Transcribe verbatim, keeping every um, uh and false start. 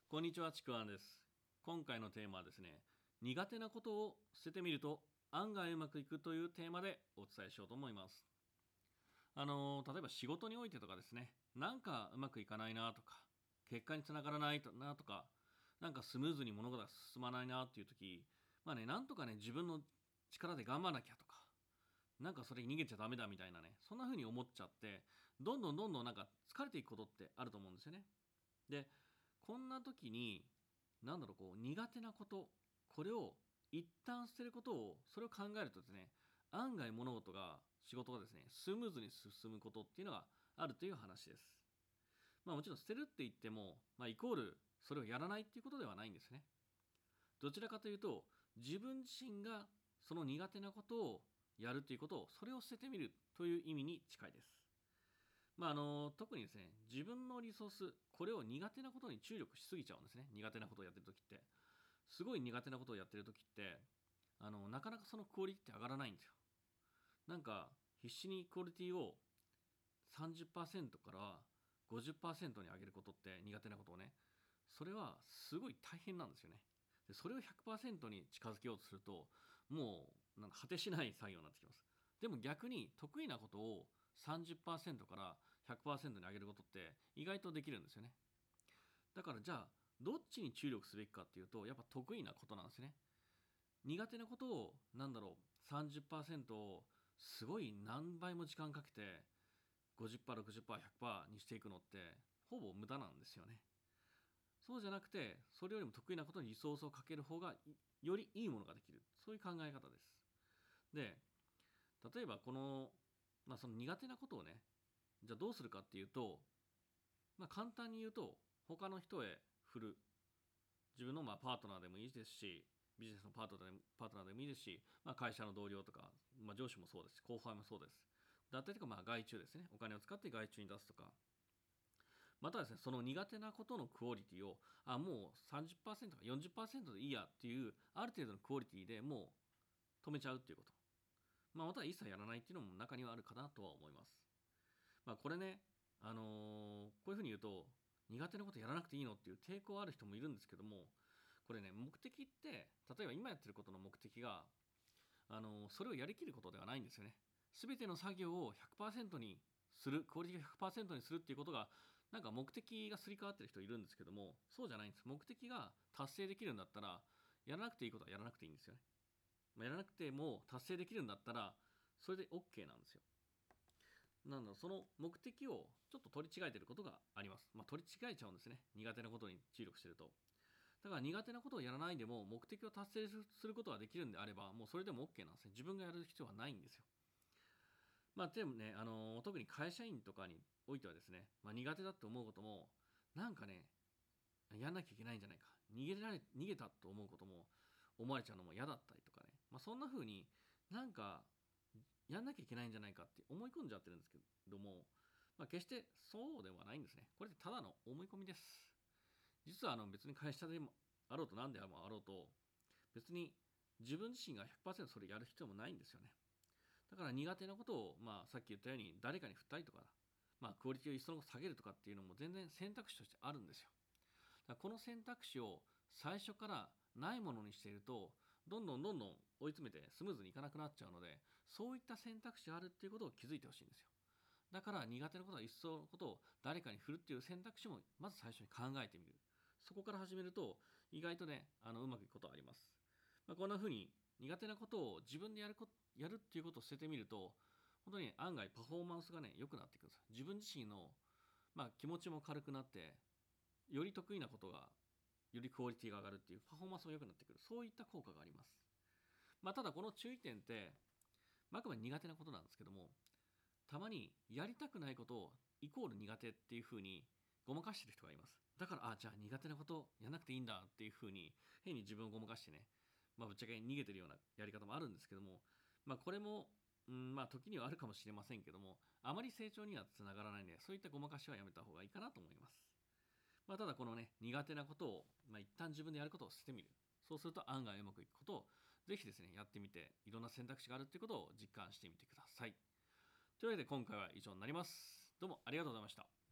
こんにちは、ちくわんです。今回のテーマはですね、苦手なことを捨ててみると案外うまくいくというテーマでお伝えしようと思います。あのー例えば仕事においてとかですね、なんかうまくいかないなとか、結果につながらないなとか、なんかスムーズに物事が進まないなっていう時、まあね、なんとかね、自分の力で頑張らなきゃとか、なんかそれ逃げちゃダメだみたいなね、そんな風に思っちゃって、どんどんどんどんなんか疲れていくことってあると思うんですよね。で、こんな時に、なんだろう、こう、苦手なこと、これを一旦捨てることを、それを考えるとですね、案外物事が、仕事がですね、スムーズに進むことっていうのがあるという話です。まあもちろん捨てるって言っても、まあイコール、それをやらないっていうことではないんですね。どちらかというと、自分自身がその苦手なことをやるということを、それを捨ててみるという意味に近いです。まあ、あの特にですね、自分のリソース、これを苦手なことに注力しすぎちゃうんですね。苦手なことをやってる時って。すごい苦手なことをやってる時って、あのなかなかそのクオリティって上がらないんですよ。なんか、必死にクオリティをさんじゅっパーセントからごじゅっパーセントに上げることって、苦手なことをね、それはすごい大変なんですよね。でそれをひゃくパーセントに近づけようとすると、もうなんか果てしない作業になってきます。でも逆に得意なことをさんじゅっパーセントからひゃくパーセントに上げることって意外とできるんですよね。だからじゃあどっちに注力すべきかっていうと、やっぱ得意なことなんですね。苦手なことをなんだろうさんじゅっパーセントをすごい何倍も時間かけてごじゅっパーセント、ろくじゅっパーセント、ひゃくパーセントにしていくのってほぼ無駄なんですよね。そうじゃなくて、それよりも得意なことにリソースをかける方がよりいいものができる。そういう考え方です。で、例えばこの、まあ、その苦手なことをね、じゃあどうするかっていうと、まあ、簡単に言うと、他の人へ振る。自分のまあパートナーでもいいですし、ビジネスのパートナーでもパートナーでもいいですし、まあ、会社の同僚とか、まあ、上司もそうですし、後輩もそうです。だったりとか、まあ外注ですね。お金を使って外注に出すとか、またはですね、その苦手なことのクオリティを、あ、もうさんじゅっパーセントかよんじゅっパーセントでいいやっていう、ある程度のクオリティでもう止めちゃうっていうこと。まあ、または一切やらないっていうのも中にはあるかなとは思います。まあ、これね、あのーこういうふうに言うと、苦手なことやらなくていいのっていう抵抗ある人もいるんですけども、これね、目的って、例えば今やってることの目的が、あのーそれをやりきることではないんですよね。すべての作業をひゃくパーセントにする、クオリティがひゃくパーセントにするっていうことが、なんか目的がすり替わってる人いるんですけども、そうじゃないんです。目的が達成できるんだったら、やらなくていいことはやらなくていいんですよね。まあ、やらなくても達成できるんだったら、それで OK なんですよ。なんだろう、その目的をちょっと取り違えてることがあります。まあ、取り違えちゃうんですね。苦手なことに注力してると。だから苦手なことをやらないでも目的を達成することができるんであれば、もうそれでも OK なんですね。自分がやる必要はないんですよ。まあでもね、あのー特に会社員とかにおいてはですね、まあ、苦手だって思うことも、なんかね、やんなきゃいけないんじゃないか、逃げられ逃げたと思うことも思われちゃうのも嫌だったりとかね、まあ、そんな風になんかやんなきゃいけないんじゃないかって思い込んじゃってるんですけども、まあ、決してそうではないんですね。これってただの思い込みです。実はあの別に会社でもあろうと何でもあろうと、別に自分自身がひゃくパーセントそれやる必要もないんですよね。だから苦手なことを、まあ、さっき言ったように誰かに振ったりとか、まあ、クオリティを一層の下げるとかっていうのも全然選択肢としてあるんですよ。だからこの選択肢を最初からないものにしていると、どんどんどんどん追い詰めてスムーズにいかなくなっちゃうので、そういった選択肢があるっていうことを気づいてほしいんですよ。だから苦手なことは一層のことを誰かに振るっていう選択肢もまず最初に考えてみる。そこから始めると意外とね、あのうまくいくことはあります。まあ、こんな風に苦手なことを自分でやるこやるっていうことを捨ててみると、本当に案外パフォーマンスがね良くなっていくんです。自分自身の、まあ、気持ちも軽くなって、より得意なことがよりクオリティが上がるっていう、パフォーマンスも良くなってくる、そういった効果があります。まあ、ただこの注意点って、まあ、あくまで苦手なことなんですけども、たまにやりたくないことをイコール苦手っていう風にごまかしてる人がいます。だから、あ、じゃあ苦手なことやんなくていいんだっていう風に変に自分をごまかしてね、まあ、ぶっちゃけ逃げてるようなやり方もあるんですけども、まあ、これもうん、まあ時にはあるかもしれませんけども、あまり成長にはつながらないので、そういったごまかしはやめた方がいいかなと思います。まあ、ただこのね、苦手なことを、まあ、一旦自分でやることを捨ててみる。そうすると案外うまくいくことを、ぜひですね、やってみて、いろんな選択肢があるっていうことを実感してみてください。というわけで今回は以上になります。どうもありがとうございました。